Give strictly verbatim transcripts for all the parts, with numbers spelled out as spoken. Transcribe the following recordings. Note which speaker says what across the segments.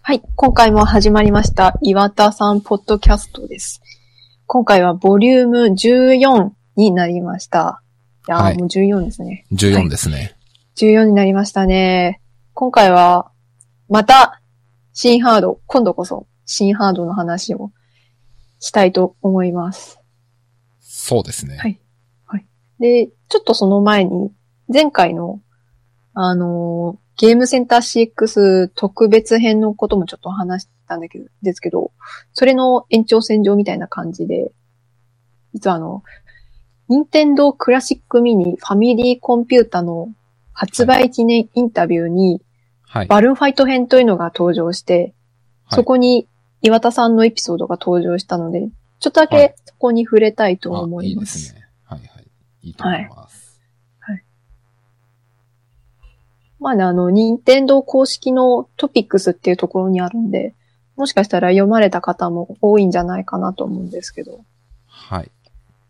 Speaker 1: はい、今回も始まりました岩田さんポッドキャストです。今回はボリュームじゅうよんになりました。いやー、はい、もうじゅうよんですね。
Speaker 2: じゅうよんですね、はい。
Speaker 1: じゅうよんになりましたね。今回はまた新ハード、今度こそ新ハードの話をしたいと思います。
Speaker 2: そうですね。
Speaker 1: はい。はい。で、ちょっとその前に前回のあのーゲームセンター シーエックス 特別編のこともちょっと話したんだけど、ですけど、それの延長線上みたいな感じで、実はあの、任天堂クラシックミニファミリーコンピュータの発売記念インタビューに、はい、バルーンファイト編というのが登場して、はい、そこに岩田さんのエピソードが登場したので、ちょっとだけそこに触れたいと思います。
Speaker 2: はい、いいですね。はいはい。いいと思います。はい
Speaker 1: まあね、あの、任天堂公式のトピックスっていうところにあるんで、もしかしたら読まれた方も多いんじゃないかなと思うんですけど。
Speaker 2: はい。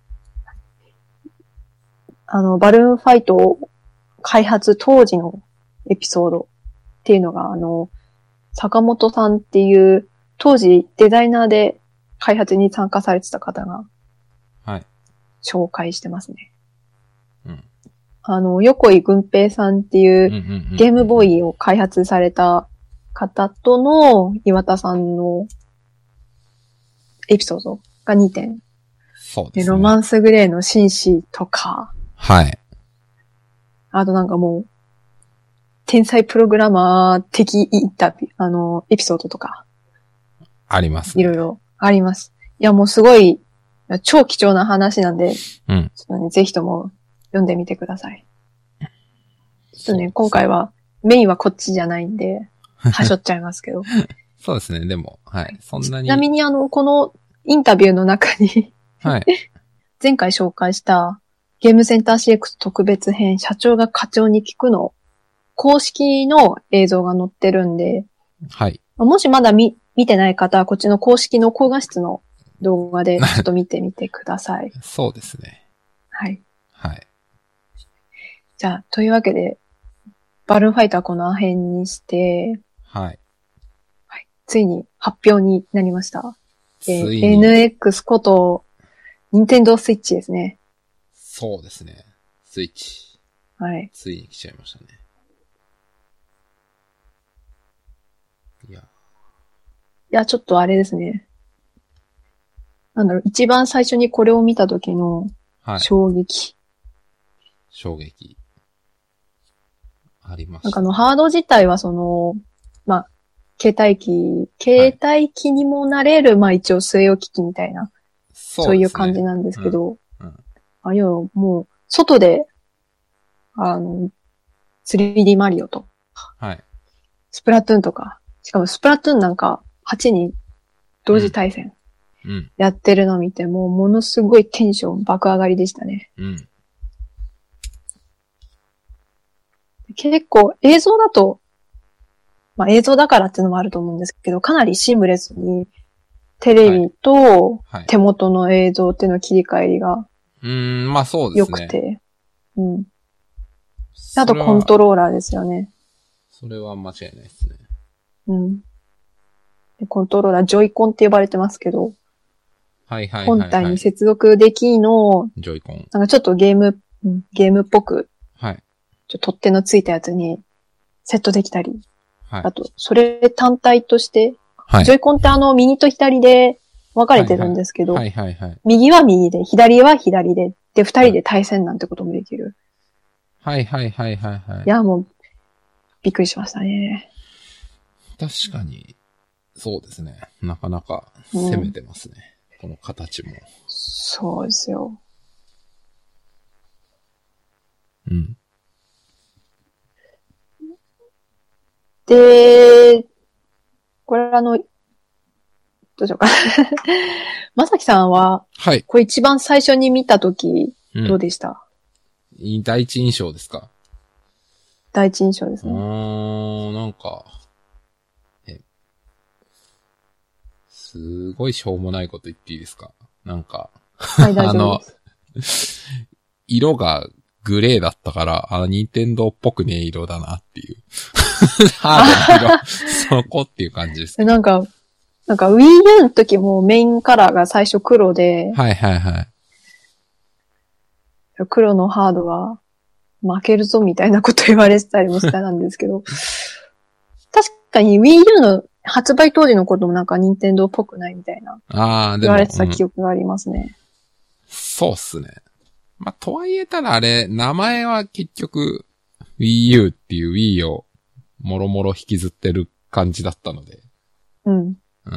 Speaker 1: あの、バルーンファイトを開発当時のエピソードっていうのが、あの、坂本さんっていう当時デザイナーで開発に参加されてた方が、
Speaker 2: はい。
Speaker 1: 紹介してますね。
Speaker 2: うん。
Speaker 1: あの、横井軍平さんっていうゲームボーイを開発された方との岩田さんのエピソードがにてん。
Speaker 2: そうですね。
Speaker 1: ロマンスグレーの紳士とか。
Speaker 2: はい。
Speaker 1: あとなんかもう、天才プログラマー的インタビュー、あの、エピソードとか。
Speaker 2: ありますね。
Speaker 1: いろいろあります。いやもうすごい、超貴重な話なんで、
Speaker 2: うん。
Speaker 1: ちょっとね、ぜひとも読んでみてください。ちょっとね、今回はメインはこっちじゃないんで、はしょっちゃいますけど。
Speaker 2: そうですね、でも、はい。そんなに。
Speaker 1: ちなみにあの、このインタビューの中に
Speaker 2: はい。
Speaker 1: 前回紹介したゲームセンター シーエックス 特別編、社長が課長に聞くの、公式の映像が載ってるんで、
Speaker 2: はい。
Speaker 1: もしまだ見、見てない方は、こっちの公式の高画質の動画でちょっと見てみてください。
Speaker 2: そうですね。
Speaker 1: はい。
Speaker 2: はい。
Speaker 1: じゃあ、というわけで、バルーンファイターこの辺にして、
Speaker 2: はい。
Speaker 1: はい。ついに発表になりました。
Speaker 2: ついに。
Speaker 1: エヌエックス こと、ニンテンドースイッチですね。
Speaker 2: そうですね。スイッチ。
Speaker 1: はい。
Speaker 2: ついに来ちゃいましたね。いや。
Speaker 1: いや、ちょっとあれですね。なんだろう、一番最初にこれを見た時の衝撃。
Speaker 2: はい、衝撃。ありました。
Speaker 1: なんかあの、ハード自体はその、まあ、携帯機、携帯機にもなれる、はい、まあ一応据え置き機みたいな、そう、そういう感じなんですけど、うんうん、あ、要はもう、外で、あの、スリーディー マリオと、
Speaker 2: はい。
Speaker 1: スプラトゥーンとか、しかもスプラトゥーンなんかはちにん同時対戦、やってるのを見て、うん、もうものすごいテンション爆上がりでしたね。
Speaker 2: うん。
Speaker 1: 結構映像だと、まあ映像だからっていうのもあると思うんですけど、かなりシームレスにテレビと手元の映像っていうの切り替えりが
Speaker 2: うーん、まあそうですね。
Speaker 1: 良くて。うん。あとコントローラーですよね。
Speaker 2: それは間違いないですね。
Speaker 1: うん。でコントローラー、ジョイコンって呼ばれてますけど。
Speaker 2: はいはいはい、はい。
Speaker 1: 本体に接続できの、
Speaker 2: ジョイコン。
Speaker 1: なんかちょっとゲーム、ゲームっぽく。
Speaker 2: はい。
Speaker 1: ちょ取っ手のついたやつにセットできたり。
Speaker 2: はい。
Speaker 1: あと、それ単体として、
Speaker 2: はい。
Speaker 1: ジョイコンってあの、右と左で分かれてるんですけど、
Speaker 2: はいはいはい、はい。
Speaker 1: 右は右で、左は左で、で、二人で対戦なんてこともできる。
Speaker 2: はいはいはいはいはい。
Speaker 1: いや、もう、びっくりしましたね。
Speaker 2: 確かに、そうですね。なかなか攻めてますね。うん、この形も。
Speaker 1: そうですよ。
Speaker 2: うん。
Speaker 1: で、これあの、どうしようか。まさきさんは、
Speaker 2: はい。
Speaker 1: これ一番最初に見たとき、どうでした、
Speaker 2: うん、第一印象ですか？
Speaker 1: 第一印象ですね。
Speaker 2: うーん、なんか、え、すごいしょうもないこと言っていいですか？なんか、
Speaker 1: はい、大丈夫です。
Speaker 2: あの、色がグレーだったから、あ、ニンテンドーっぽくねえ色だなっていう。ハードの色、そこっていう感じです、ね。
Speaker 1: なんか、なんか Wii U の時もメインカラーが最初黒で、
Speaker 2: はいはいはい。
Speaker 1: 黒のハードは負けるぞみたいなこと言われてたりもしたんですけど、確かに Wii U の発売当時のこともなんか任天堂っぽくないみたいな
Speaker 2: ああ、でも
Speaker 1: 言われてた記憶がありますね。
Speaker 2: うん、そうっすね。まあ、とはいえたらあれ、名前は結局 Wii U っていう Wii をもろもろ引きずってる感じだったので。
Speaker 1: うん。
Speaker 2: うん。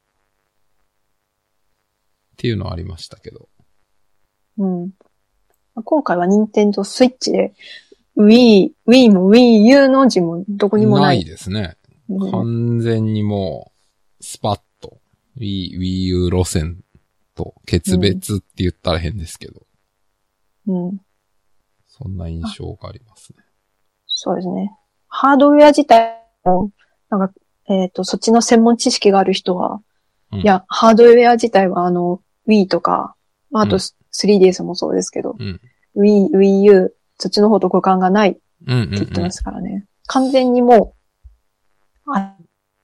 Speaker 2: っていうのはありましたけど。
Speaker 1: うん。今回は任天堂スイッチで Wii、Wii も Wii U の字もどこにもない。
Speaker 2: ないですね。うん、完全にもう、スパッと Wii、Wii U 路線と決別って言ったら変ですけど。
Speaker 1: うん。
Speaker 2: そんな印象がありますね。
Speaker 1: そうですね。ハードウェア自体も、なんか、えっと、そっちの専門知識がある人は、うん、いや、ハードウェア自体はあの、Wii とか、まあ、あと スリーディーエス もそうですけど、うん、Wii、Wii U、そっちの方と互換がないって言ってますからね。うんうんうん、完全にもう、あ、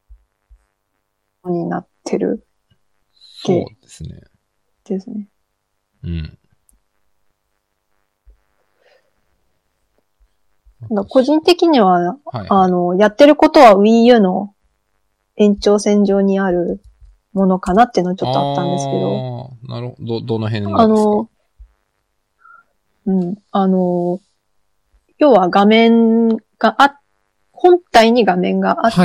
Speaker 1: になってる。
Speaker 2: そうですね。
Speaker 1: ですね。
Speaker 2: うん。
Speaker 1: 個人的には、はいはい、あの、やってることは Wii U の延長線上にあるものかなっていうのはちょっとあったんですけど。
Speaker 2: ああ、なるほど。どの辺がですか？
Speaker 1: あの、うん、あの、要は画面があ、本体に画面があって、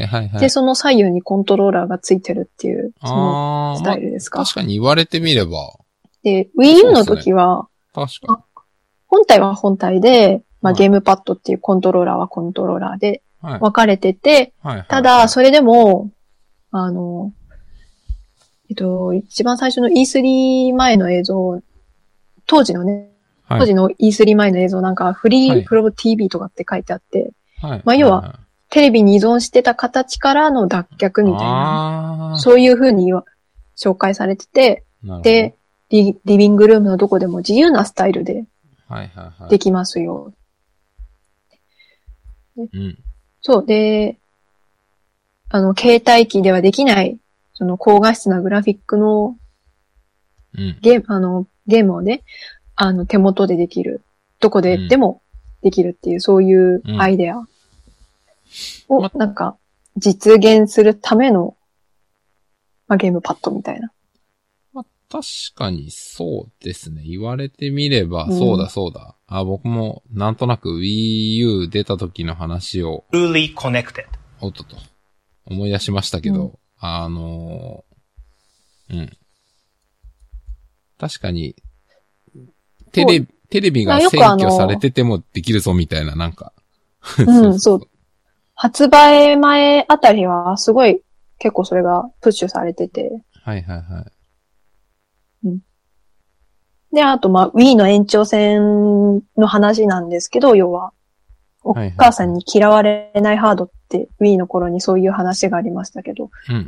Speaker 1: で、その左右にコントローラーがついてるっていう、そのスタイルですか。
Speaker 2: まあ、確かに言われてみれば。
Speaker 1: で、Wii U の時は、
Speaker 2: ね、確かに。
Speaker 1: 本体は本体で、まあ、ゲームパッドっていうコントローラーはコントローラーで分かれてて、はい、ただ、それでも、あの、えっと、一番最初の イースリー 前の映像、当時のね、はい、当時の イースリー 前の映像なんか、フリーフロム ティービー とかって書いてあって、はい、まあ、要は、テレビに依存してた形からの脱却みたいな、そういう風に紹介されてて、でリ、リビングルームのどこでも自由なスタイルでできますよ。
Speaker 2: うん、
Speaker 1: そう。で、あの、携帯機ではできない、その高画質なグラフィックのゲーム、うん、あの、ゲームをね、あの、手元でできる。どこででもできるっていう、うん、そういうアイデアを、なんか、実現するための、まあ、ゲームパッドみたいな。
Speaker 2: まあ、確かにそうですね。言われてみれば、そうだそうだ。うん、あ、僕もなんとなく Wii U 出た時の話を。
Speaker 3: truly connected。
Speaker 2: おっとと。思い出しましたけど、うん、あのー、うん。確かに、テレビ、テレビが占拠されててもできるぞみたいな、なんか。
Speaker 1: うん、そう。発売前あたりは、すごい、結構それがプッシュされてて。
Speaker 2: はいはいはい。
Speaker 1: うん。で、あと、まあ、Wii の延長線の話なんですけど、要は、お母さんに嫌われないハードって Wii の頃にそういう話がありましたけど。
Speaker 2: うんうんうん。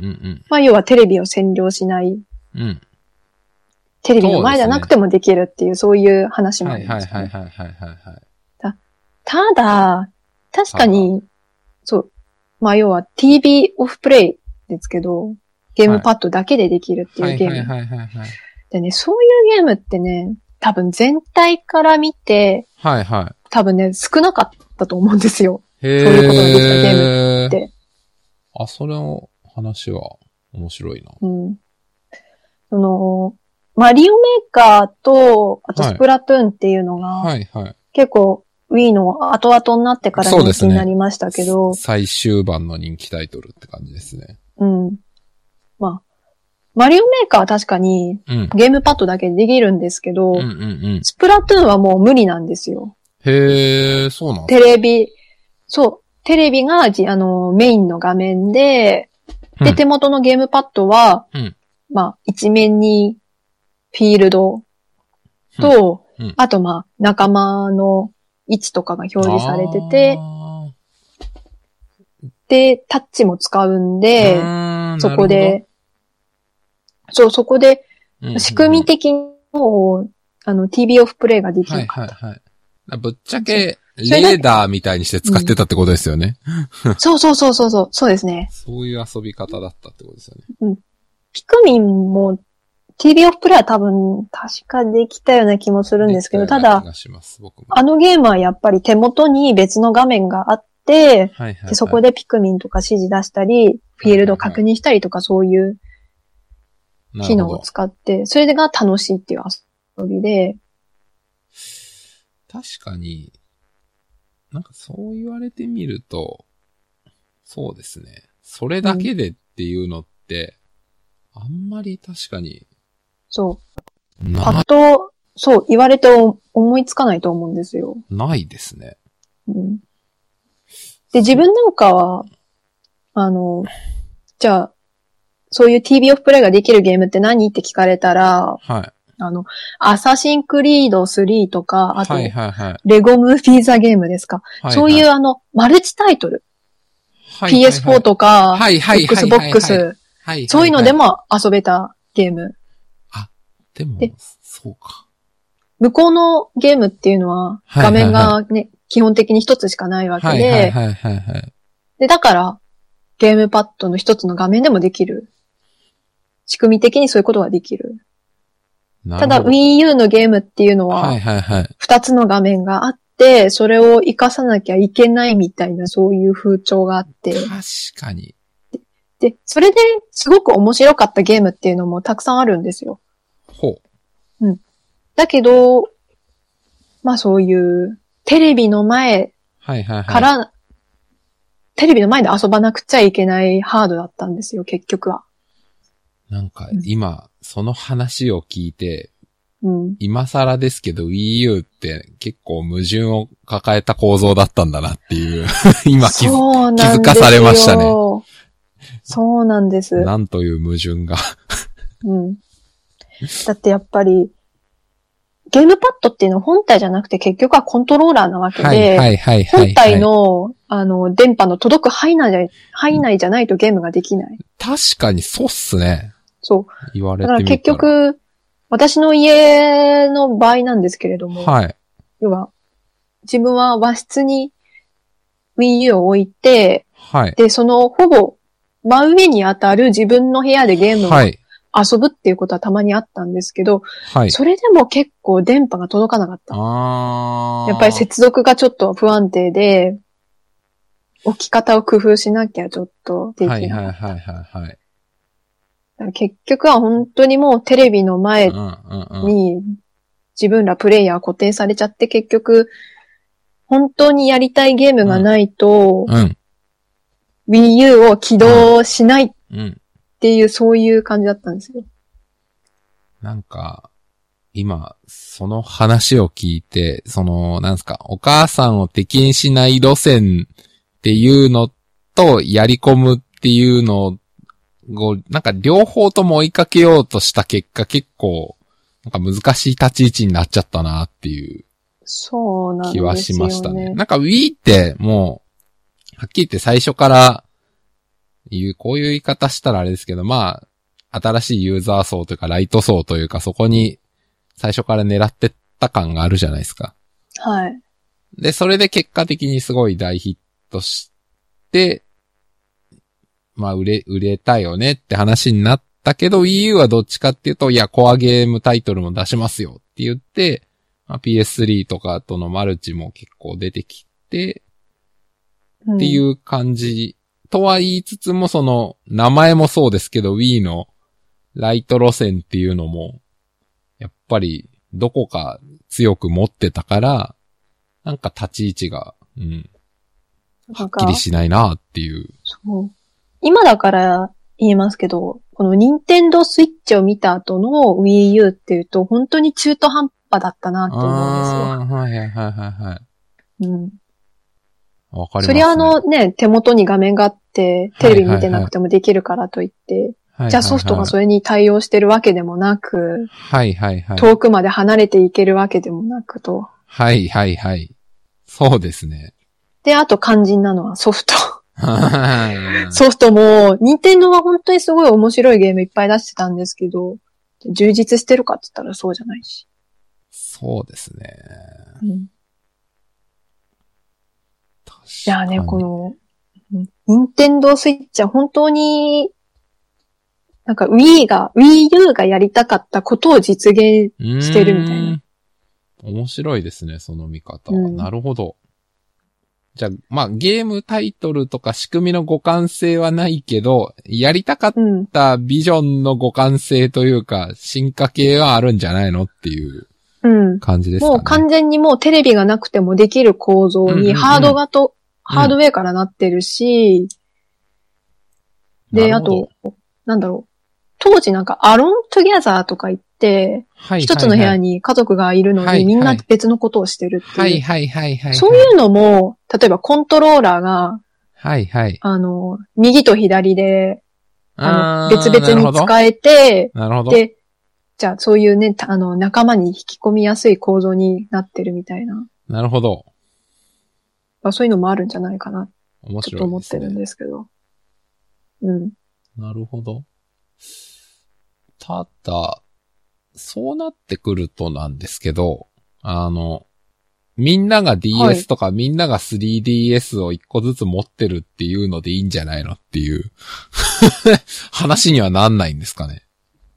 Speaker 1: まあ、要はテレビを占領しない。
Speaker 2: うん。
Speaker 1: テレビの前じゃなくてもできるっていう、そういう話もあります、ね。
Speaker 2: はいはいはいはいはいはい。
Speaker 1: た、ただ、確かに、そう。まあ、要は ティービー オフプレイですけど、ゲームパッドだけでできるっていうゲーム。
Speaker 2: はいはいはいはい、はい。
Speaker 1: でね、そういうゲームってね、多分全体から見て、
Speaker 2: はいはい。
Speaker 1: 多分ね、少なかったと思うんですよ。
Speaker 2: へー。
Speaker 1: そういうことができたゲームって。
Speaker 2: あ、それの話は面白いな。
Speaker 1: うん。その、マリオメーカーと、あとスプラトゥーンっていうのが、
Speaker 2: はいはいはい、
Speaker 1: 結構 Wii の後々になってから人気になりましたけど、
Speaker 2: ね、最終版の人気タイトルって感じですね。
Speaker 1: うん。まあ、マリオメーカーは確かにゲームパッドだけでできるんですけど、
Speaker 2: うんうんうん、
Speaker 1: スプラトゥーンはもう無理なんですよ。
Speaker 2: へー、そうなん
Speaker 1: テレビ、そう、テレビがあのメインの画面で、で、うん、手元のゲームパッドは、
Speaker 2: うん、
Speaker 1: まあ、一面にフィールドと、うんうん、あとまあ、仲間の位置とかが表示されてて、で、タッチも使うんで、そこで、そう、そこで、仕組み的にも、あの、ティービー オフプレイができるかった。
Speaker 2: はいはいはい。 ぶっちゃけ、レーダーみたいにして使ってたってことですよね。
Speaker 1: うん、そうそうそうそうそう、そうですね。
Speaker 2: そういう遊び方だったってことですよね。
Speaker 1: うん。ピクミンも ティービー オフプレイは多分確かできたような気もするんですけど、ただ、あのゲームはやっぱり手元に別の画面があって、はいはいはい、でそこでピクミンとか指示出したり、フィールド確認したりとかそういう機能を使って、それが楽しいっていう遊びで。
Speaker 2: 確かに、なんかそう言われてみると、そうですね。それだけでっていうのって、うん、あんまり確かに。
Speaker 1: そう。パッと、そう言われて思いつかないと思うんですよ。
Speaker 2: ないですね。
Speaker 1: うん。で、自分なんかは、あの、じゃあ、そういう ティービー オフプレイができるゲームって何って聞かれたら、
Speaker 2: はい。
Speaker 1: あの、アサシンクリードスリーとか、あと、
Speaker 2: はいはいはい、
Speaker 1: レゴムーフィーザゲームですか。はいはい、そういうあの、マルチタイトル。はいはいはい、ピーエスフォー とか、はいはいはいはい、Xbox、はいはい、そういうのでも遊べたゲーム。
Speaker 2: あ、でも、そうか。
Speaker 1: 向こうのゲームっていうのは、画面がね、はいはいはい、基本的に一つしかないわけで、はいはいはいはい、で、だから、ゲームパッドの一つの画面でもできる。仕組み的にそういうことができる。ただ Wii U のゲームっていうのは、二つの画面があって、それを活かさなきゃいけないみたいなそういう風潮があって。
Speaker 2: 確かに。
Speaker 1: で、それですごく面白かったゲームっていうのもたくさんあるんですよ。
Speaker 2: ほ
Speaker 1: う。うん。だけど、まあそういうテレビの前から、はいはいはい、テレビの前で遊ばなくちゃいけないハードだったんですよ、結局は。
Speaker 2: なんか今、うん、その話を聞いて、
Speaker 1: うん、
Speaker 2: 今更ですけど Wii U って結構矛盾を抱えた構造だったんだなっていう今気づ、気づかされましたね。
Speaker 1: そうなんです。
Speaker 2: なんという矛盾が
Speaker 1: うん。だってやっぱり、ゲームパッドっていうのは本体じゃなくて結局はコントローラーなわけで、はいはいはいはいはい、本体の、あの、電波の届く範囲内じゃ、範囲内じゃないとゲームができない。
Speaker 2: 確かにそうっすね。
Speaker 1: そう。
Speaker 2: 言われてみたら。
Speaker 1: だから結局、私の家の場合なんですけれども、はい。要は、自分は和室に Wii U を置いて、はい。で、そのほぼ真上にあたる自分の部屋でゲームを、はい。遊ぶっていうことはたまにあったんですけど、はい。それでも結構電波が届かなかった。あやっぱり接続がちょっと不安定で、置き方を工夫しなきゃちょっとできない。はいはいはいはい、はい。だから結局は本当にもうテレビの前に自分らプレイヤー固定されちゃって結局本当にやりたいゲームがないと、うんうん、Wii U を起動しない。うんうんっていう、そういう感じだったんですよ。
Speaker 2: なんか、今、その話を聞いて、その、なんすか、お母さんを敵にしない路線っていうのと、やり込むっていうのを、なんか両方とも追いかけようとした結果、結構、なんか難しい立ち位置になっちゃったなっていう
Speaker 1: そうなんですよね。気はしましたね。
Speaker 2: なんか Wii ってもう、はっきり言って最初から、いう、こういう言い方したらあれですけど、まあ、新しいユーザー層というか、ライト層というか、そこに最初から狙ってった感があるじゃないですか。
Speaker 1: はい。
Speaker 2: で、それで結果的にすごい大ヒットして、まあ、売れ、売れたよねって話になったけど、Wii U はどっちかっていうと、いや、コアゲームタイトルも出しますよって言って、まあ、ピーエススリー とかとのマルチも結構出てきて、うん、っていう感じ。とは言いつつも、その、名前もそうですけど、Wii のライト路線っていうのも、やっぱり、どこか強く持ってたから、なんか立ち位置が、うん、はっきりしないなっていう。
Speaker 1: そう。今だから言えますけど、この任天堂スイッチを見た後の Wii U っていうと、本当に中途半端だったなって思うんですよ。
Speaker 2: はいはいはいはいはい。
Speaker 1: うん。
Speaker 2: わかりますね。
Speaker 1: そりゃあのね、手元に画面があって、テレビ見てなくてもできるからといって、はいはいはい、じゃあソフトがそれに対応してるわけでもなく、
Speaker 2: はいはいはい。
Speaker 1: 遠くまで離れていけるわけでもなくと。
Speaker 2: はいはいはい。そうですね。
Speaker 1: で、あと肝心なのはソフト。ソフトも、任天堂は本当にすごい面白いゲームいっぱい出してたんですけど、充実してるかって言ったらそうじゃないし。
Speaker 2: そうですね。
Speaker 1: うんいやね、この、任天堂スイッチは本当に、なんか Wii が、Wii U がやりたかったことを実現してるみたいな。
Speaker 2: 面白いですね、その見方は。うん、なるほど。じゃあ、まあ、ゲームタイトルとか仕組みの互換性はないけど、やりたかったビジョンの互換性というか、進化系はあるんじゃないのっていう感じですかね。
Speaker 1: もう完全にもうテレビがなくてもできる構造にハードがと、うんうんうん、ハードウェアからなってるし、うん、で、あと、なんだろう。当時なんかアロントゥギャザーとか言って、はいはいはい、一つの部屋に家族がいるのに、はいはい、みんな別のことをしてるっていう。
Speaker 2: はいはいはいはい、はい。
Speaker 1: そういうのも、例えばコントローラーが、
Speaker 2: はいはい。
Speaker 1: あの、右と左で、あの、別々に使えて、
Speaker 2: なるほど。
Speaker 1: で、じゃあそういうね、あの、仲間に引き込みやすい構造になってるみたいな。
Speaker 2: なるほど。
Speaker 1: まあ、そういうのもあるんじゃないかな。
Speaker 2: 面白いですね。
Speaker 1: ちょっと思ってるんですけど。うん。
Speaker 2: なるほど。ただ、そうなってくるとなんですけど、あの、みんなが ディーエス とか、はい、みんなが スリーディーエス を一個ずつ持ってるっていうのでいいんじゃないのっていう話にはなんないんですかね。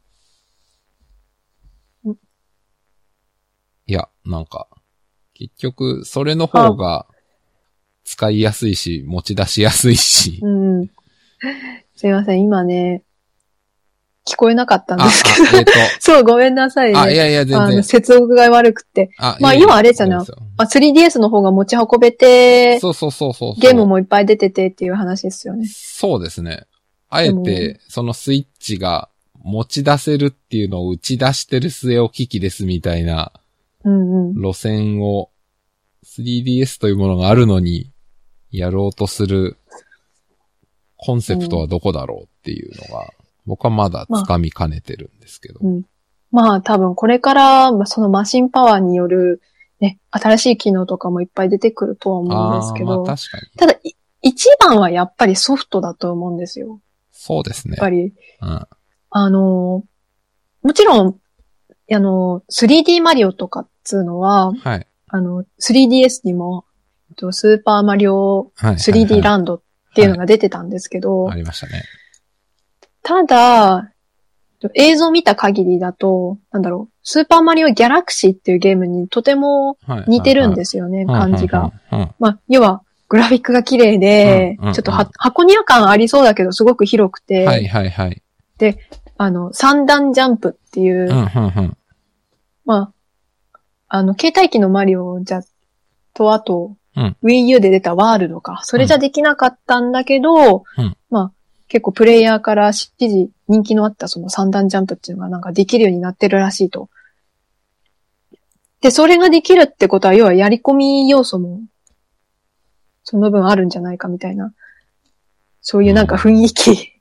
Speaker 2: いや、なんか、結局、それの方が使いやすいし、持ち出しやすいし。
Speaker 1: うん。すいません、今ね、聞こえなかったんですけど。えー、とそう、ごめんなさいね。
Speaker 2: あ、いやいや、全然。あの、
Speaker 1: 接続が悪くて。あまあ、今あれじゃな。まあ、スリーディーエス の方が持ち運べて、
Speaker 2: そうそうそうそう。
Speaker 1: ゲームもいっぱい出ててっていう話ですよね。
Speaker 2: そうですね。あえて、そのスイッチが持ち出せるっていうのを打ち出してる末を機器ですみたいな、路線を スリーディーエス というものがあるのに、やろうとするコンセプトはどこだろうっていうのが、僕はまだ掴みかねてるんですけど。
Speaker 1: まあ、うん、まあ多分これから、まあ、そのマシンパワーによる、ね、新しい機能とかもいっぱい出てくるとは思うんですけど。
Speaker 2: まあ確かに。
Speaker 1: ただ、一番はやっぱりソフトだと思うんですよ。
Speaker 2: そうですね。
Speaker 1: やっぱり。
Speaker 2: うん、
Speaker 1: あの、もちろん、あの、スリーディー マリオとかっつうのは、
Speaker 2: はい、
Speaker 1: あの、スリーディーエス にも、スーパーマリオ スリーディー ランドっていうのが出てたんですけど、
Speaker 2: はいはいはい、ありましたね。
Speaker 1: ただ、映像見た限りだと、なんだろう、スーパーマリオギャラクシーっていうゲームにとても似てるんですよね、はいはいはい、感じが。まあ、要は、グラフィックが綺麗で、うんうんうん、ちょっとは箱庭感ありそうだけど、すごく広くて、
Speaker 2: はいはいはい。
Speaker 1: で、あの、三段ジャンプっていう、
Speaker 2: うんうんうん、
Speaker 1: まあ、あの、携帯機のマリオじゃ、と、あと、
Speaker 2: うん、
Speaker 1: Wii U で出たワールドか。それじゃできなかったんだけど、
Speaker 2: うん、
Speaker 1: まあ、結構プレイヤーから支持、人気のあったその三段ジャンプっていうのがなんかできるようになってるらしいと。で、それができるってことは、要はやり込み要素も、その分あるんじゃないかみたいな、そういうなんか雰囲気。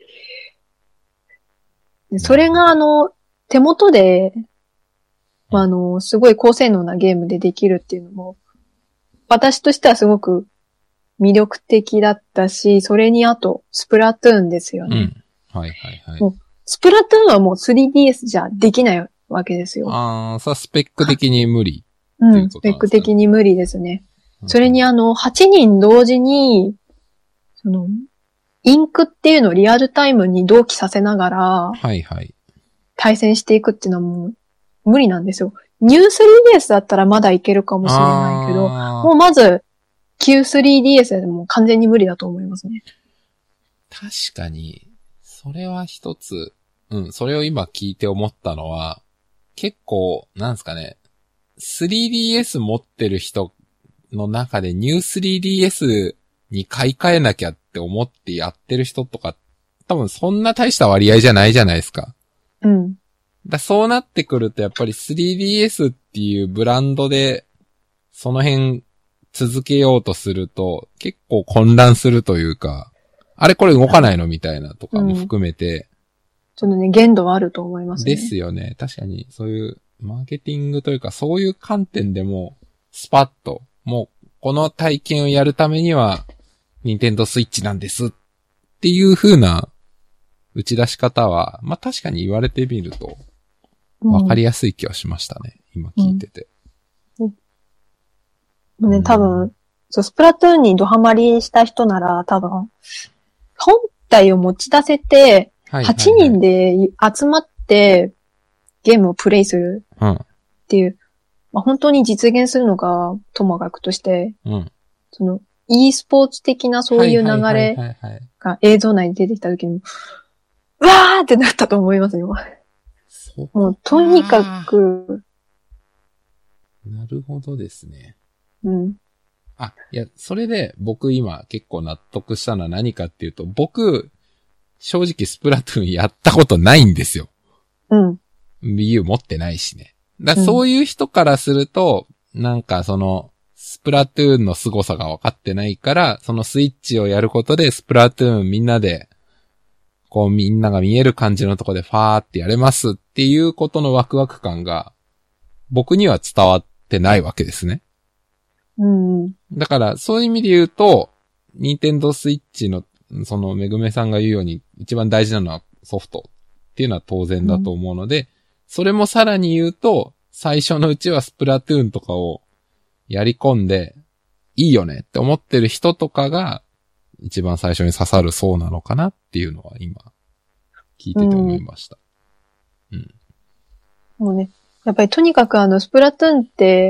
Speaker 1: でそれがあの、手元で、まあ、あの、すごい高性能なゲームでできるっていうのも、私としてはすごく魅力的だったし、それにあと、スプラトゥーンですよね。
Speaker 2: うん。はいはいはい。
Speaker 1: もうスプラトゥーンはもう スリーディーエス じゃできないわけですよ。
Speaker 2: ああ、さ、スペック的に無理、
Speaker 1: ね。うん、スペック的に無理ですね。うん、それにあの、はちにん同時に、その、インクっていうのをリアルタイムに同期させながら、
Speaker 2: はいはい。
Speaker 1: 対戦していくっていうのはもう無理なんですよ。ニュー スリーディーエス だったらまだいけるかもしれないけど、もうまず、旧 スリーディーエス でも完全に無理だと思いますね。
Speaker 2: 確かに、それは一つ、うん、それを今聞いて思ったのは、結構、なんですかね、スリーディーエス 持ってる人の中でニュー スリーディーエス に買い替えなきゃって思ってやってる人とか、多分そんな大した割合じゃないじゃないですか。
Speaker 1: うん。
Speaker 2: だそうなってくるとやっぱり スリーディーエス っていうブランドで、その辺続けようとすると結構混乱するというか、あれこれ動かないのみたいなとかも含めて、うん、
Speaker 1: ちょっとね、限度はあると思いますね。
Speaker 2: ですよね。確かにそういうマーケティングというかそういう観点でもスパッと、もうこの体験をやるためにはニンテンドースイッチなんですっていう風な打ち出し方は、まあ確かに言われてみるとわかりやすい気はしましたね。うん、今聞いてて。
Speaker 1: うんうん、ね、多分、 そう、スプラトゥーンにドハマりした人なら多分、本体を持ち出せて、はちにんで集まってゲームをプレイするっていう、うん、まあ、本当に実現するのがともかくとして、うん、その e スポーツ的なそういう流れが映像内に出てきた時に、うわーってなったと思いますよ。もうとにかく。
Speaker 2: なるほどですね。
Speaker 1: うん。
Speaker 2: あ、いや、それで僕今結構納得したのは何かっていうと、僕、正直スプラトゥーンやったことないんですよ。
Speaker 1: うん。
Speaker 2: Wii U 持ってないしね。だそういう人からすると、うん、なんかその、スプラトゥーンの凄さが分かってないから、そのスイッチをやることでスプラトゥーンみんなで、こうみんなが見える感じのとこでファーってやれますっていうことのワクワク感が、僕には伝わってないわけですね。
Speaker 1: うん。
Speaker 2: だからそういう意味で言うと、ニンテンドースイッチのそのめぐめさんが言うように一番大事なのはソフトっていうのは当然だと思うので、うん、それもさらに言うと、最初のうちはスプラトゥーンとかをやり込んで、いいよねって思ってる人とかが、一番最初に刺さるそうなのかなっていうのは今、聞いてて思いました。うん。うん、
Speaker 1: もうね、やっぱりとにかくあの、スプラトゥーンって、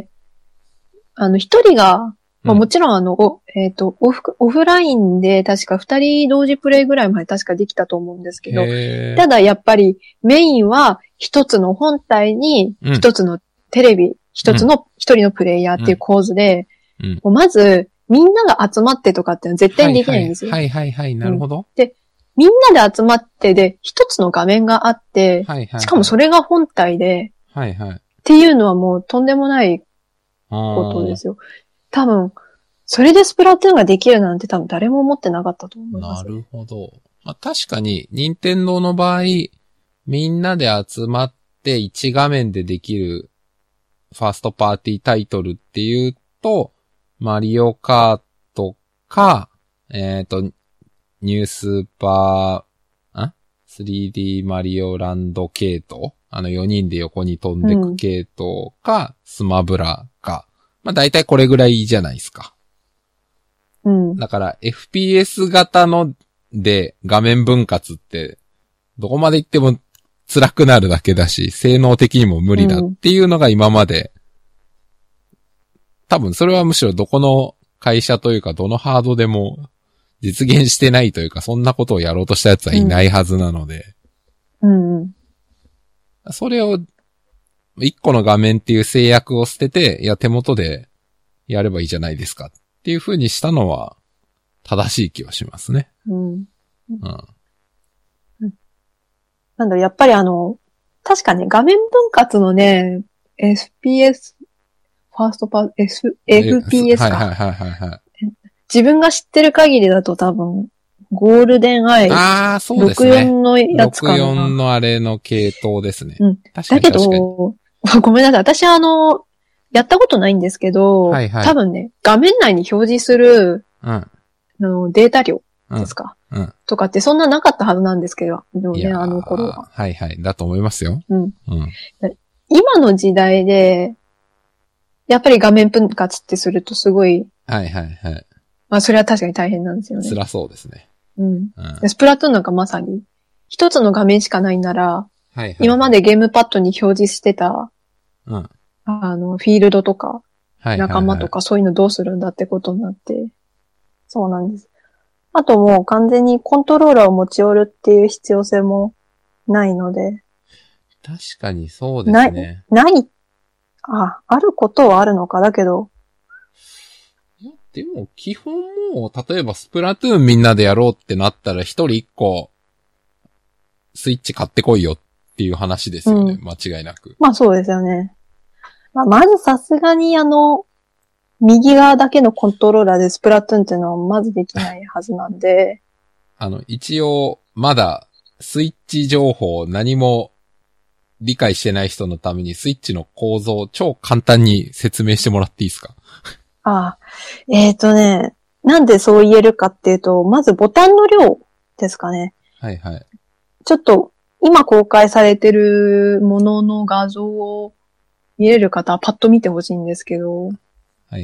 Speaker 1: あの、一人が、まあもちろんあの、おえっと、オフ、オフラインで確か二人同時プレイぐらいまで確かできたと思うんですけど、ただやっぱりメインは一つの本体に一つのテレビ、一、うん、つの一人のプレイヤーっていう構図で、うんうん、まずみんなが集まってとかってのは絶対にできないんですよ。
Speaker 2: はいはいはい、はい、なるほど、うん。
Speaker 1: で、みんなで集まってで一つの画面があって、はいはいはい、しかもそれが本体で、
Speaker 2: はいはい、
Speaker 1: っていうのはもうとんでもないことですよ。多分、それでスプラトゥーンができるなんて多分誰も思ってなかったと思います、
Speaker 2: ね。なるほど。まあ、確かに、任天堂の場合、みんなで集まって一画面でできるファーストパーティータイトルっていうと、マリオカートか、えっと、ニュースーパー、ん ?スリーディー マリオランド系統あのよにんで横に飛んでく系統か、うん、スマブラか。まあ大体これぐらいじゃないですか。
Speaker 1: うん。
Speaker 2: だから エフピーエス 型ので画面分割ってどこまで行っても辛くなるだけだし、性能的にも無理だっていうのが今まで、うん、多分それはむしろどこの会社というかどのハードでも実現してないというかそんなことをやろうとしたやつはいないはずなので。
Speaker 1: うん。うん
Speaker 2: それを、一個の画面っていう制約を捨てて、いや手元でやればいいじゃないですかっていう風にしたのは、正しい気はしますね。
Speaker 1: うん。うん。
Speaker 2: うん、
Speaker 1: なんだろ、やっぱりあの、確かね、画面分割のね、エフピーエス、ファーストパー、F、エフピーエス か。
Speaker 2: はいはいはいはい、はい。
Speaker 1: 自分が知ってる限りだと多分、ゴールデンアイ。
Speaker 2: ああ、そうですね。
Speaker 1: ろくじゅうよんのやつかな。
Speaker 2: ろくじゅうよんのあれの系統ですね。
Speaker 1: うん。
Speaker 2: 確かに
Speaker 1: だけど、ごめんなさい。私あの、やったことないんですけど、はいはい、多分ね、画面内に表示する、
Speaker 2: うん、あ
Speaker 1: のデータ量ですか、
Speaker 2: うんうん、
Speaker 1: とかってそんななかったはずなんですけど、でもね、あの頃は。
Speaker 2: はいはい。だと思いますよ。
Speaker 1: うん。
Speaker 2: うん、
Speaker 1: 今の時代で、やっぱり画面分割ってするとすごい、
Speaker 2: はいはいはい。
Speaker 1: まあそれは確かに大変なんですよね。
Speaker 2: 辛そうですね。
Speaker 1: うん。うん、スプラトゥーンなんかまさに、一つの画面しかないなら、
Speaker 2: はいはいはい、
Speaker 1: 今までゲームパッドに表示してた、
Speaker 2: うん、
Speaker 1: あの、フィールドとか、
Speaker 2: はいはいはい、
Speaker 1: 仲間とかそういうのどうするんだってことになって、そうなんです。あともう完全にコントローラーを持ち寄るっていう必要性もないので。
Speaker 2: 確かにそうですね。
Speaker 1: ない、ない、あ、あることはあるのかだけど、
Speaker 2: でも、基本もう、例えばスプラトゥーンみんなでやろうってなったら一人一個、スイッチ買ってこいよっていう話ですよね。うん、間違いなく。
Speaker 1: まあそうですよね。まあ、まずさすがにあの、右側だけのコントローラーでスプラトゥーンっていうのはまずできないはずなんで。
Speaker 2: あの、一応、まだ、スイッチ情報を何も理解してない人のためにスイッチの構造を超簡単に説明してもらっていいですか？
Speaker 1: ああ、えっとね、なんでそう言えるかっていうと、まずボタンの量ですかね。
Speaker 2: はいはい。
Speaker 1: ちょっと、今公開されてるものの画像を見れる方はパッと見てほしいんですけど。
Speaker 2: はいはい。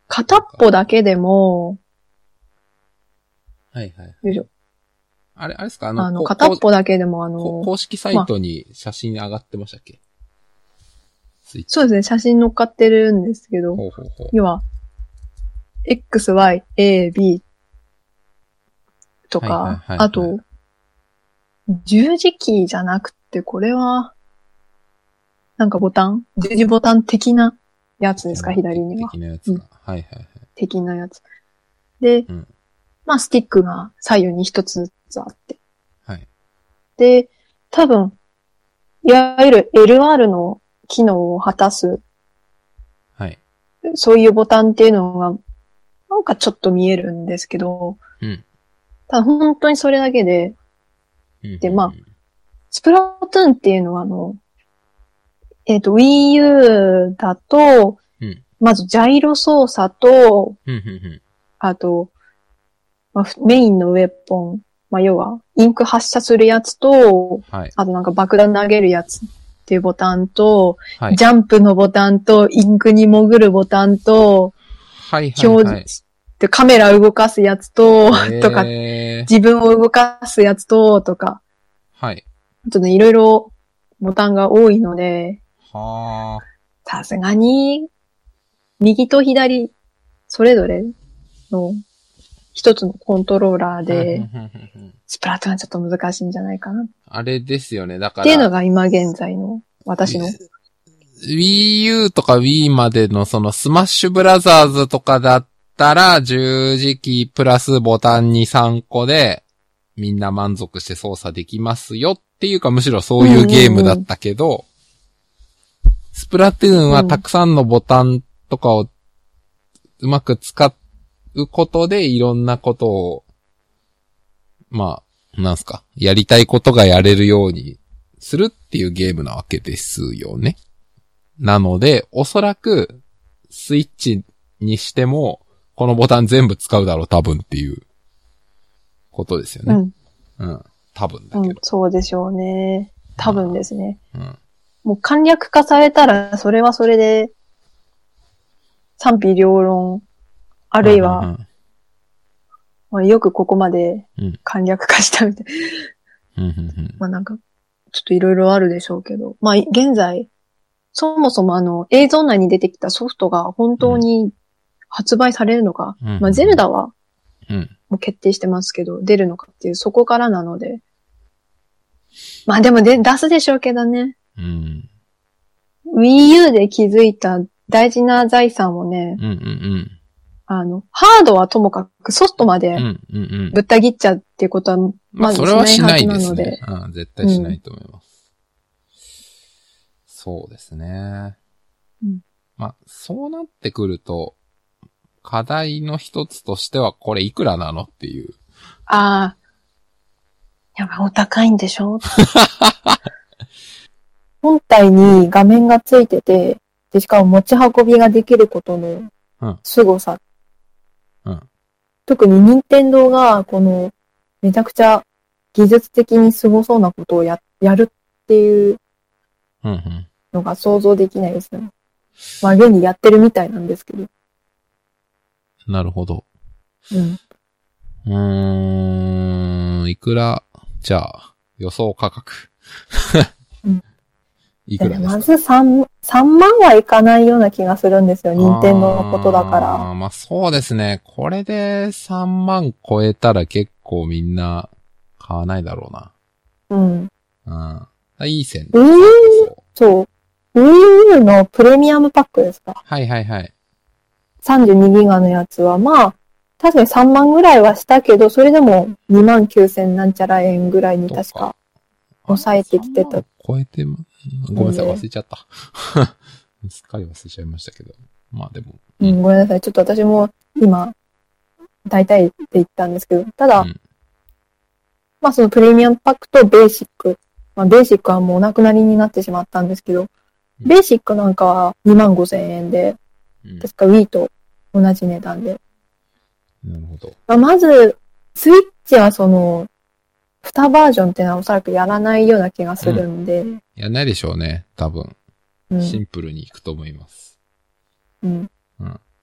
Speaker 1: 片っぽだけでも、
Speaker 2: はいはい。
Speaker 1: よいしょ。
Speaker 2: あれ、あれですかあの、
Speaker 1: あの、片っぽだけでもあの、
Speaker 2: 公式サイトに写真上がってましたっけ、まあ、
Speaker 1: そうですね、写真載っかってるんですけど、
Speaker 2: ほうほうほう
Speaker 1: 要は、X、Y、A、B とか、
Speaker 2: はいはいはいはい、
Speaker 1: あと、十字キーじゃなくて、これは、なんかボタン十字ボタン的なやつですか、左には。
Speaker 2: 的なやつが、うん。はいはいはい。
Speaker 1: 的なやつ。で、うん、まあ、スティックが左右に一つずつあって。
Speaker 2: はい。
Speaker 1: で、多分、いわゆる エルアール の機能を果たす、
Speaker 2: はい。
Speaker 1: そういうボタンっていうのが、なんかちょっと見えるんですけど、
Speaker 2: うん。
Speaker 1: ただ本当にそれだけで、うん、で、まあ、スプラトゥーンっていうのはあの、えっと、Wii U だと、うん、まずジャイロ操作と、
Speaker 2: うんうんうん、
Speaker 1: あと、まあ、メインのウェポン、まあ、要は、インク発射するやつと、はい、あとなんか爆弾投げるやつっていうボタンと、はい、ジャンプのボタンと、インクに潜るボタンと、
Speaker 2: はいはいはい、
Speaker 1: 表示、でカメラ動かすやつと、とか、自分を動かすやつと、とか、
Speaker 2: はい。
Speaker 1: あとね、いろいろボタンが多いので、
Speaker 2: はあ。
Speaker 1: さすがに、右と左、それぞれの一つのコントローラーで、スプラトゥーンはちょっと難しいんじゃないかな。
Speaker 2: あれですよね、だから。
Speaker 1: っていうのが今現在の私の。
Speaker 2: Wii U とか Wii までのそのスマッシュブラザーズとかだったら十字キープラスボタンにさんこでみんな満足して操作できますよっていうかむしろそういうゲームだったけど、うんうんうん、スプラトゥーンはたくさんのボタンとかをうまく使うことでいろんなことを、まあ、なんすか、やりたいことがやれるようにするっていうゲームなわけですよね。なので、おそらくスイッチにしてもこのボタン全部使うだろう多分っていうことですよね。うん。うん。多分だけど。うん、
Speaker 1: そうでしょうね。多分ですね。うん。もう簡略化されたら、それはそれで、賛否両論、あるいは、うんうんうんまあ、よくここまで簡略化したみたいな。うんうんうん、まあなんか、ちょっといろいろあるでしょうけど、まあ現在、そもそもあの映像内に出てきたソフトが本当に発売されるのか、うん、まあゼルダは、もう決定してますけど、出るのかっていう、そこからなので、まあでもで出すでしょうけどね。うん、Wii U で気づいた大事な財産をね、うんうんうん、あの、ハードはともかくソフトまでぶった切っちゃうっていうことはまずしないはずなので。まあ、それはしないですね。
Speaker 2: うん、絶対しないと思います。うん、そうですね。うん、まあ、そうなってくると、課題の一つとしてはこれいくらなのっていう。
Speaker 1: ああ。やっぱお高いんでしょ本体に画面がついてて、で、しかも持ち運びができることの凄さ。うんうん、特に任天堂がこのめちゃくちゃ技術的に凄そうなことをや、やるっていうのが想像できないですね。うんうん、まあ現にやってるみたいなんですけど。
Speaker 2: なるほど。うん。うーん、いくら、じゃあ、予想価格。うん、いくらですか？ま
Speaker 1: ず3、三万はいかないような気がするんですよ。任天堂のことだから。
Speaker 2: あまあそうですね。これでさんまん超えたら結構みんな買わないだろうな。うん。うん。いい線。
Speaker 1: Wii U、そう。Wii U のプレミアムパックですか？
Speaker 2: はいはいはい。
Speaker 1: さんじゅうにギガのやつは、まあ、確かにさんまんぐらいはしたけど、それでもにまんきゅうせんなんちゃら円ぐらいに確か抑えてきてた。
Speaker 2: 超えて、ごめんなさい、忘れちゃった。すっかり忘れちゃいましたけど。まあでも。
Speaker 1: うん、うん、ごめんなさい。ちょっと私も今、大体って言ったんですけど、ただ、うん、まあそのプレミアムパックとベーシック。まあベーシックはもうお亡くなりになってしまったんですけど、うん、ベーシックなんかはにまんごせんえんで、うん、確か Wii と同じ値段で。
Speaker 2: なるほど。
Speaker 1: まあ、まず、スイッチはその、にバージョンっていうのはおそらくやらないような気がするんで。うん、
Speaker 2: やらないでしょうね、多分。うん、シンプルにいくと思います。うん。うん。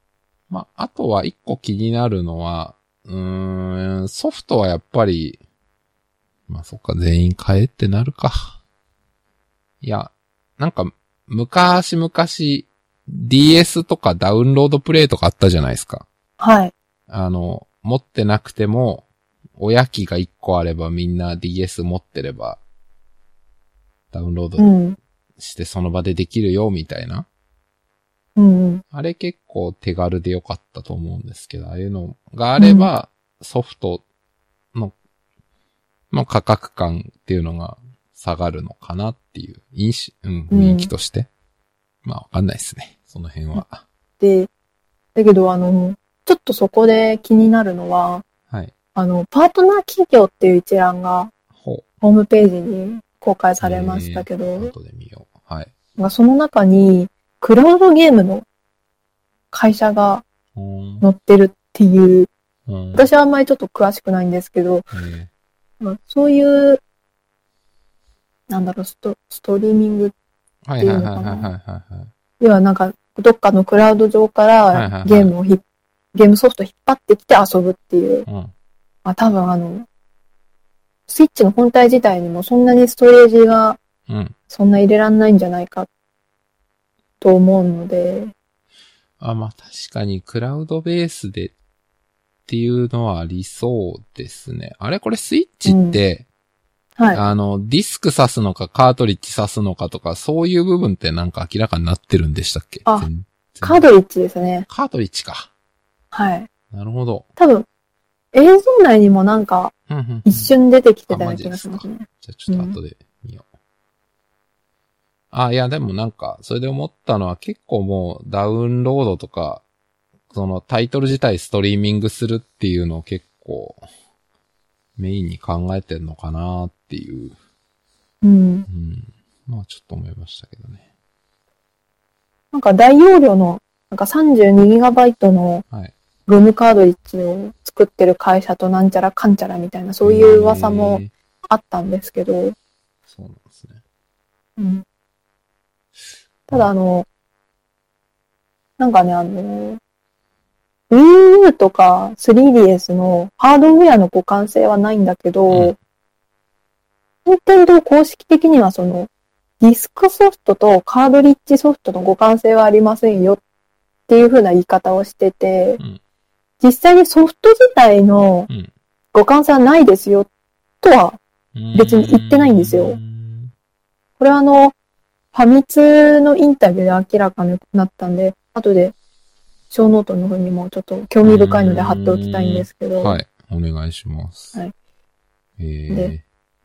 Speaker 2: まあ、あとは一個気になるのは、うーん、ソフトはやっぱり、まあそっか、全員買えってなるか。いや、なんか、昔々 ディーエス とかダウンロードプレイとかあったじゃないですか。
Speaker 1: はい。
Speaker 2: あの、持ってなくても、親機がいっこあればみんな ディーエス 持ってれば、ダウンロードしてその場でできるよ、みたいな。
Speaker 1: うんうん。
Speaker 2: あれ結構手軽でよかったと思うんですけど、ああいうのがあれば、ソフトの、の価格感っていうのが下がるのかなっていう、印象、うん、雰囲気として。うん、まあわかんないですね、その辺は。
Speaker 1: で、だけどあの、ちょっとそこで気になるのは、
Speaker 2: はい。
Speaker 1: あの、パートナー企業っていう一覧が、ホームページに公開されましたけど、えー、
Speaker 2: 後で見よう。はい。
Speaker 1: その中に、クラウドゲームの会社が載ってるっていう、私はあんまりちょっと詳しくないんですけど、まあ、そういう、なんだろう、スト、ストリーミングっていうのかな。要はなんか、どっかのクラウド上からゲームをひ、ゲームソフト引っ張ってきて遊ぶっていう。うん、まあ多分あの、スイッチの本体自体にもそんなにストレージが、そんな入れらんないんじゃないか、と思うので。
Speaker 2: あ、まあ確かにクラウドベースでっていうのはありそうですね。あれこれスイッチって、うん、はい。あの、ディスク挿すのかカートリッジ挿すのかとか、そういう部分ってなんか明らかになってるんでしたっけ？
Speaker 1: あ、カートリッジですね。
Speaker 2: カートリッジか。
Speaker 1: はい。
Speaker 2: なるほど。
Speaker 1: 多分、映像内にもなんか、一瞬出てきてたような気がしますね。
Speaker 2: じゃあちょっと後で見よう。うん、あ、いやでもなんか、それで思ったのは結構もうダウンロードとか、そのタイトル自体ストリーミングするっていうのを結構、メインに考えてんのかなっていう。
Speaker 1: うん。うん。
Speaker 2: まあちょっと思いましたけどね。
Speaker 1: なんか大容量の、なんか さんじゅうにギガバイト の、はい。ロムカードリッジを作ってる会社となんちゃらかんちゃらみたいな、そういう噂もあったんですけど。
Speaker 2: そうなんですね。
Speaker 1: うん。ただあの、なんかね、あの、Wii U とか スリーディーエス のハードウェアの互換性はないんだけど、任天堂公式的にはその、ディスクソフトとカードリッジソフトの互換性はありませんよっていう風な言い方をしてて、うん、実際にソフト自体の互換性はないですよとは別に言ってないんですよ。これはあの、ファミ通のインタビューで明らかになったんで、後で小ノートの方にもちょっと興味深いので貼っておきたいんですけど。
Speaker 2: はい、お願いします。はい。えー、で、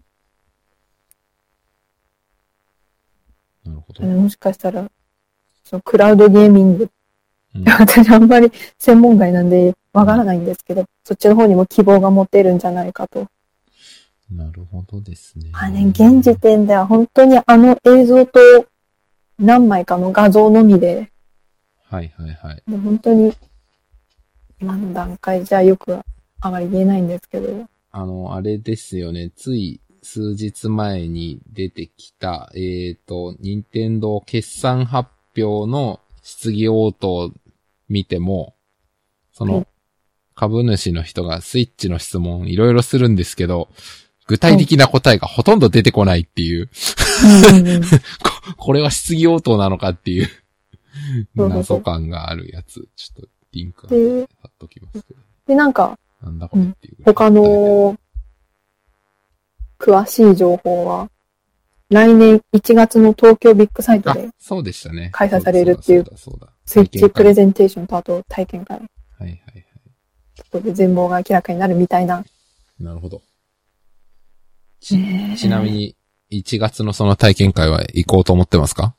Speaker 2: なるほど。
Speaker 1: もしかしたら、そのクラウドゲーミング私あんまり専門外なんでわからないんですけど、うん、そっちの方にも希望が持てるんじゃないかと。
Speaker 2: なるほどですね。
Speaker 1: あね、現時点では本当にあの映像と何枚かの画像のみで、
Speaker 2: はいはいはい。
Speaker 1: で本当に今の段階じゃよくあまり言えないんですけど。
Speaker 2: あの、あれですよね、つい数日前に出てきた、えーと、任天堂決算発表の質疑応答見ても、その、株主の人がスイッチの質問いろいろするんですけど、具体的な答えがほとんど出てこないっていう。こ, これは質疑応答なのかっていう謎感があるやつ。ちょっとリンク貼っときますけど。
Speaker 1: で、なんか、
Speaker 2: なんだこれっていう。
Speaker 1: 他の詳しい情報は、来年いちがつの東京ビッグサイトで
Speaker 2: そうでしたね。
Speaker 1: 開催されるっていう、スイッチプレゼンテーションとあと体験会。はい
Speaker 2: はいはい。
Speaker 1: そこで全貌が明らかになるみたいな。
Speaker 2: なるほど。ち、ちなみに、いちがつのその体験会は行こうと思ってますか？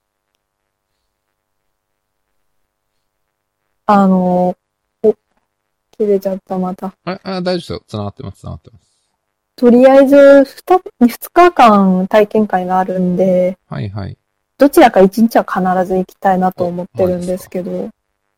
Speaker 1: あの、お、切れちゃった、また。
Speaker 2: あ、あ大丈夫ですよ。繋がってます、繋がってます。
Speaker 1: とりあえず、二、二日間体験会があるんで、
Speaker 2: はいはい。
Speaker 1: どちらか一日は必ず行きたいなと思ってるんですけど、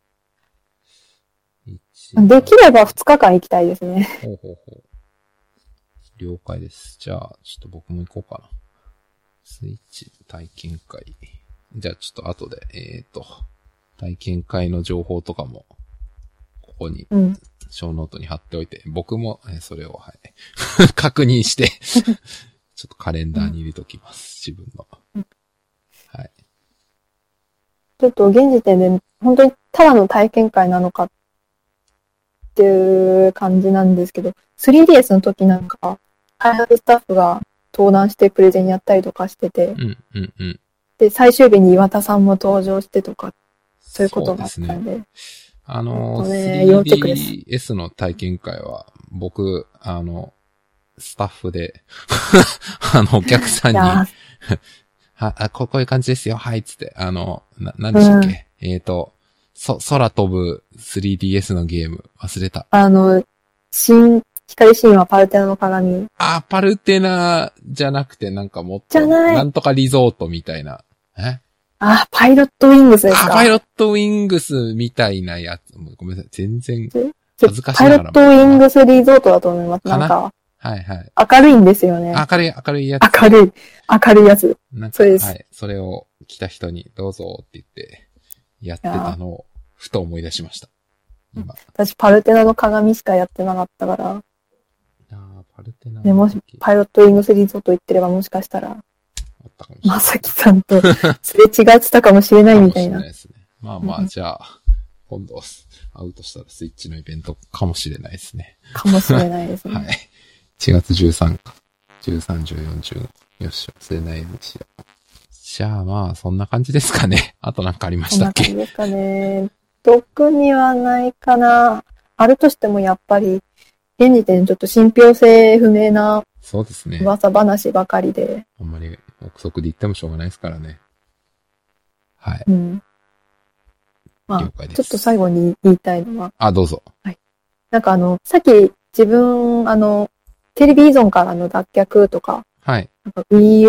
Speaker 1: できれば二日間行きたいですね。
Speaker 2: ほうほうほう。了解です。じゃあ、ちょっと僕も行こうかな。スイッチ体験会。じゃあ、ちょっと後で、えーと、体験会の情報とかもこに、
Speaker 1: うん。
Speaker 2: 小ノートに貼っておいて、僕もそれを、はい、確認して、ちょっとカレンダーに入れときます、自分の。はい。
Speaker 1: ちょっと現時点で、本当にただの体験会なのかっていう感じなんですけど、スリーディーエス の時なんか、開発スタッフが登壇してプレゼンやったりとかしてて、
Speaker 2: うんうんうん、
Speaker 1: で、最終日に岩田さんも登場してとか、そういうことがあったんで。
Speaker 2: あの、
Speaker 1: ね、
Speaker 2: スリーディーエス の体験会は、僕、あの、スタッフで、あの、お客さんに、は、あ、こういう感じですよ、はい、つって、あの、な、なんでしたっけ、うん、えっ、ー、と、そ、空飛ぶ スリーディーエス のゲーム、忘れた。
Speaker 1: あの、新、光神話パルテナの鏡。
Speaker 2: あ、パルテナじゃなくて、なんかもっと、じゃない。なんとかリゾートみたいな。え
Speaker 1: あ、パイロットウィングスですか。
Speaker 2: あ、パイロットウィングスみたいなやつ。ごめんなさい。全然、恥ずかしいながら。
Speaker 1: パイロットウィングスリゾートだと思います。なんか、
Speaker 2: はいはい。
Speaker 1: 明るいんですよね。
Speaker 2: 明るい、明るいやつ。
Speaker 1: 明るい、明るいやつ。
Speaker 2: なんか
Speaker 1: そうです。
Speaker 2: はい。それを来た人にどうぞって言って、やってたのを、ふと思い出しました。
Speaker 1: 今。私、パルテナの鏡しかやってなかったから。
Speaker 2: ああ、パルテナ。
Speaker 1: でもし、パイロットウィングスリゾート行ってればもしかしたら、まさきさんとすれ違ってたかもしれないみたいな。
Speaker 2: かもしれないですね。まあまあ、じゃあ、今度、会うとしたらスイッチのイベントかもしれないですね。
Speaker 1: かもしれないですね。
Speaker 2: はい。いちがつじゅうさんか。じゅうさん、じゅうよん、じゅうご。よし、忘れないようにしよう。じゃあまあ、そんな感じですかね。あとなんかありましたっけ？
Speaker 1: そんな感じですかね。特にはないかな。あるとしてもやっぱり、現時点ちょっと信憑性不明な
Speaker 2: そうですね。
Speaker 1: 噂話ばかりで。
Speaker 2: あんまり憶測で言ってもしょうがないですからね。はい。
Speaker 1: うん。まあ、
Speaker 2: 了解です。
Speaker 1: ちょっと最後に言いたいのは。
Speaker 2: あ、どうぞ。
Speaker 1: はい。なんかあの、さっき自分、あの、テレビ依存からの脱却とか、
Speaker 2: はい。
Speaker 1: なんか Wii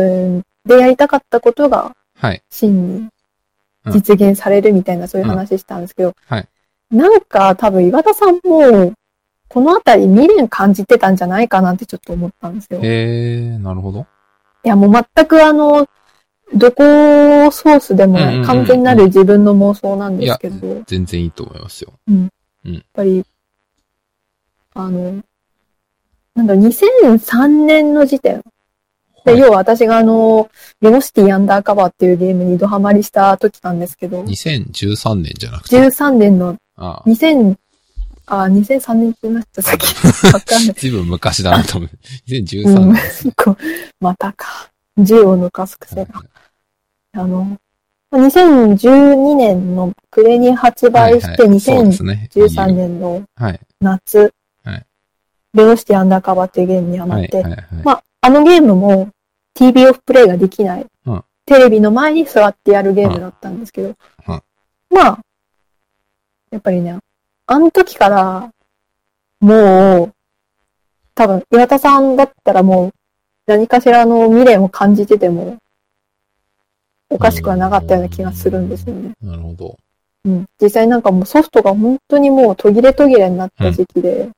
Speaker 1: U でやりたかったことが、
Speaker 2: はい。
Speaker 1: 真に実現されるみたいな、うん、そういう話したんですけど、
Speaker 2: はい。
Speaker 1: なんか多分岩田さんも、このあたり未練感じてたんじゃないかなってちょっと思ったんですよ。
Speaker 2: へー、なるほど。
Speaker 1: いやもう全くあの、どこソースでもない完全なる自分の妄想なんですけど。いや、
Speaker 2: 全然いいと思いますよ。
Speaker 1: うん。うん、やっぱり、あの、なんだ、にせんさんねんの時点。で、要は私があの、ベロシティアンダーカバーっていうゲームにドハマりした時なんですけど。
Speaker 2: にせんじゅうさんねんじゃなくて。
Speaker 1: じゅうさんねんの、
Speaker 2: ああ
Speaker 1: にせん、ああ、にせんさんねんって言いました、さっき。わかんない。
Speaker 2: ずいぶん昔だなと思う。にせんじゅうさんねん、ね
Speaker 1: うん。またか。じゅうを抜かす癖が。あの、にせんじゅうにねんの暮れに発売して、にせんじゅうさんねんの夏、
Speaker 2: はい、
Speaker 1: ベロシティアンダーカバーっていうゲームにハマって、
Speaker 2: はいはいはい、
Speaker 1: まあ、あのゲームも ティービー オフプレイができない、
Speaker 2: うん、
Speaker 1: テレビの前に座ってやるゲームだったんですけど、
Speaker 2: うんうん、
Speaker 1: まあ、やっぱりね、あの時から、もう、多分、岩田さんだったらもう、何かしらの未練を感じてても、おかしくはなかったような気がするんですよね。
Speaker 2: なるほど。
Speaker 1: うん。実際なんかもうソフトが本当にもう途切れ途切れになった時期で。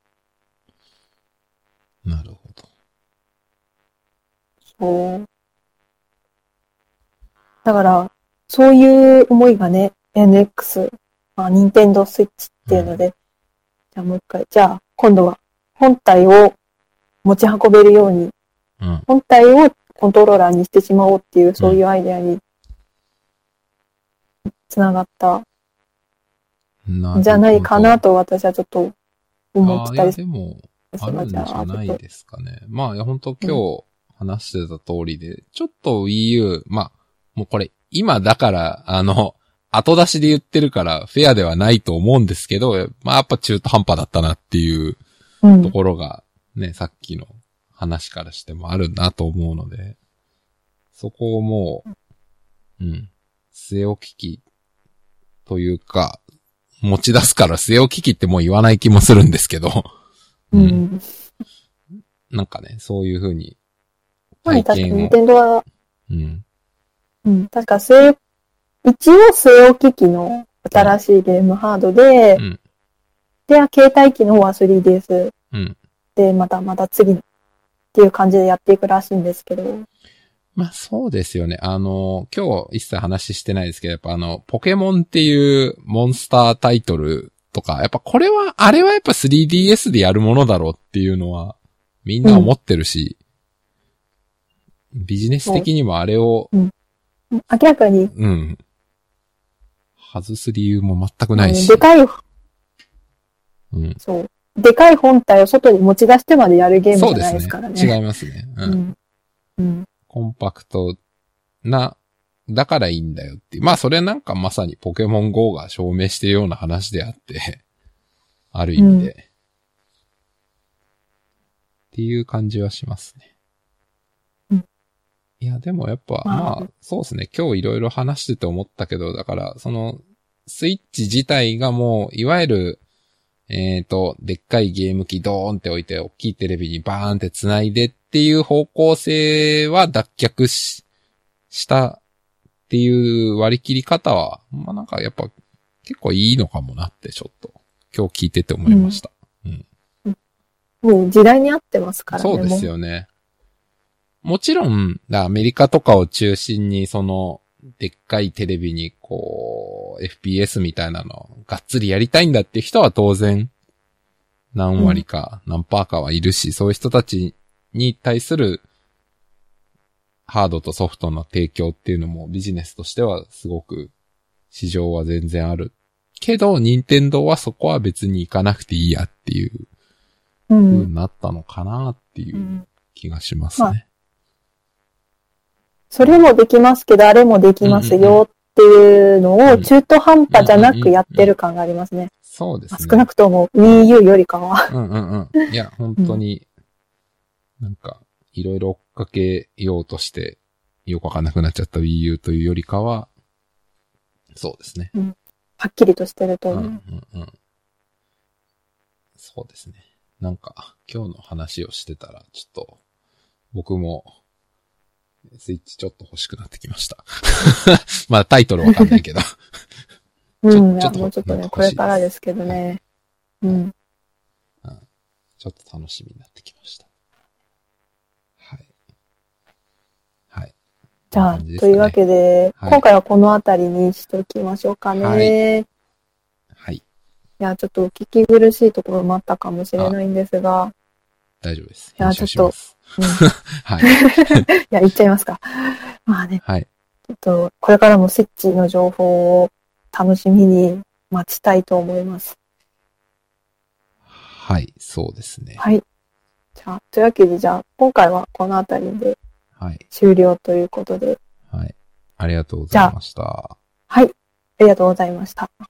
Speaker 2: うん、なるほど。
Speaker 1: そう。だから、そういう思いがね、エヌエックス、まあ、ニンテンドースイッチっていうので、うん、じゃあもう一回、じゃあ今度は本体を持ち運べるように、
Speaker 2: うん、
Speaker 1: 本体をコントローラーにしてしまおうっていう、そういうアイデアにつながったんじゃないかなと私はちょっと思ってたり
Speaker 2: する。でも、あるんじゃないですかね。まあ、本当今日話してた通りで、うん、ちょっと Wii U、まあ、もうこれ、今だから、あの、後出しで言ってるからフェアではないと思うんですけど、まあやっぱ中途半端だったなっていうところがね、うん、さっきの話からしてもあるなと思うので、そこをもう、うん、据え置き機というか、持ち出すから据え置き機ってもう言わない気もするんですけど、
Speaker 1: うんうん、
Speaker 2: なんかね、そういう風に
Speaker 1: 体験を。確かに、ニンテンドは、
Speaker 2: うん。
Speaker 1: うん、確か据え、一応据え置き機の新しいゲームハードで、うん、で、携帯機の方は スリーディーエス、
Speaker 2: うん、
Speaker 1: で、またまた次っていう感じでやっていくらしいんですけど。
Speaker 2: まあそうですよね。あの、今日一切話してないですけど、やっぱあの、ポケモンっていうモンスタータイトルとか、やっぱこれは、あれはやっぱ スリーディーエス でやるものだろうっていうのは、みんな思ってるし、うん、ビジネス的にもあれを、
Speaker 1: うんうん、明らかに、
Speaker 2: うん。外す理由も全くないし。
Speaker 1: でかい、
Speaker 2: うん。
Speaker 1: そう。でかい本体を外に持ち出してまでやるゲームじゃないですからね。
Speaker 2: そうですね。違いますね。うん。うんうん、コンパクトな、だからいいんだよっていう。まあそれなんかまさにポケモン ゴー が証明しているような話であって、ある意味で、うん。っていう感じはしますね。うん。いやでもやっぱ、まあ、まあ、そうですね。今日いろいろ話してて思ったけど、だからその、スイッチ自体がもう、いわゆる、えっと、でっかいゲーム機ドーンって置いて、大きいテレビにバーンって繋いでっていう方向性は脱却し、したっていう割り切り方は、まあなんかやっぱ結構いいのかもなってちょっと今日聞いてて思いました。うん。
Speaker 1: うん、もう時代に合ってますからね。
Speaker 2: そうですよね。もちろん、アメリカとかを中心にその、でっかいテレビにこう、エフピーエス みたいなのがっつりやりたいんだっていう人は当然、何割か、何パーかはいるし、うん、そういう人たちに対するハードとソフトの提供っていうのもビジネスとしてはすごく市場は全然ある。けど、任天堂はそこは別に行かなくていいやっていう風になったのかなっていう気がしますね。うんうんまあ
Speaker 1: それもできますけど、あれもできますよっていうのを中途半端じゃなくやってる感がありますね。
Speaker 2: そうですね。
Speaker 1: 少なくとも Wii U よりかは。
Speaker 2: うんうんうん。いや、本当に、なんか、いろいろ追っかけようとして、よくわかんなくなっちゃった Wii U というよりかは、そうですね。
Speaker 1: うん、はっきりとしてると思う。
Speaker 2: うんうんうん。そうですね。なんか、今日の話をしてたら、ちょっと、僕も、スイッチちょっと欲しくなってきました。まだタイトルわかんないけど。
Speaker 1: うん、ちょっともうちょっとね、これからですけどね。はい、うん、
Speaker 2: うん。ちょっと楽しみになってきました。はい。はい。
Speaker 1: じゃあ、ね、というわけで、はい、今回はこのあたりにしておきましょうかね。はい。
Speaker 2: はい、い
Speaker 1: や、ちょっとお聞き苦しいところもあったかもしれないんですが。
Speaker 2: 大丈夫です。
Speaker 1: いや、ちょっと。
Speaker 2: うん、はい。
Speaker 1: いや、言っちゃいますか。まあね。
Speaker 2: はい。
Speaker 1: ちょっと、これからもスイッチの情報を楽しみに待ちたいと思います。
Speaker 2: はい、そうですね。
Speaker 1: はい。じゃあ、というわけで、じゃあ、今回はこのあたりで終了ということで。
Speaker 2: はい。ありがとうございました。
Speaker 1: はい。ありがとうございました。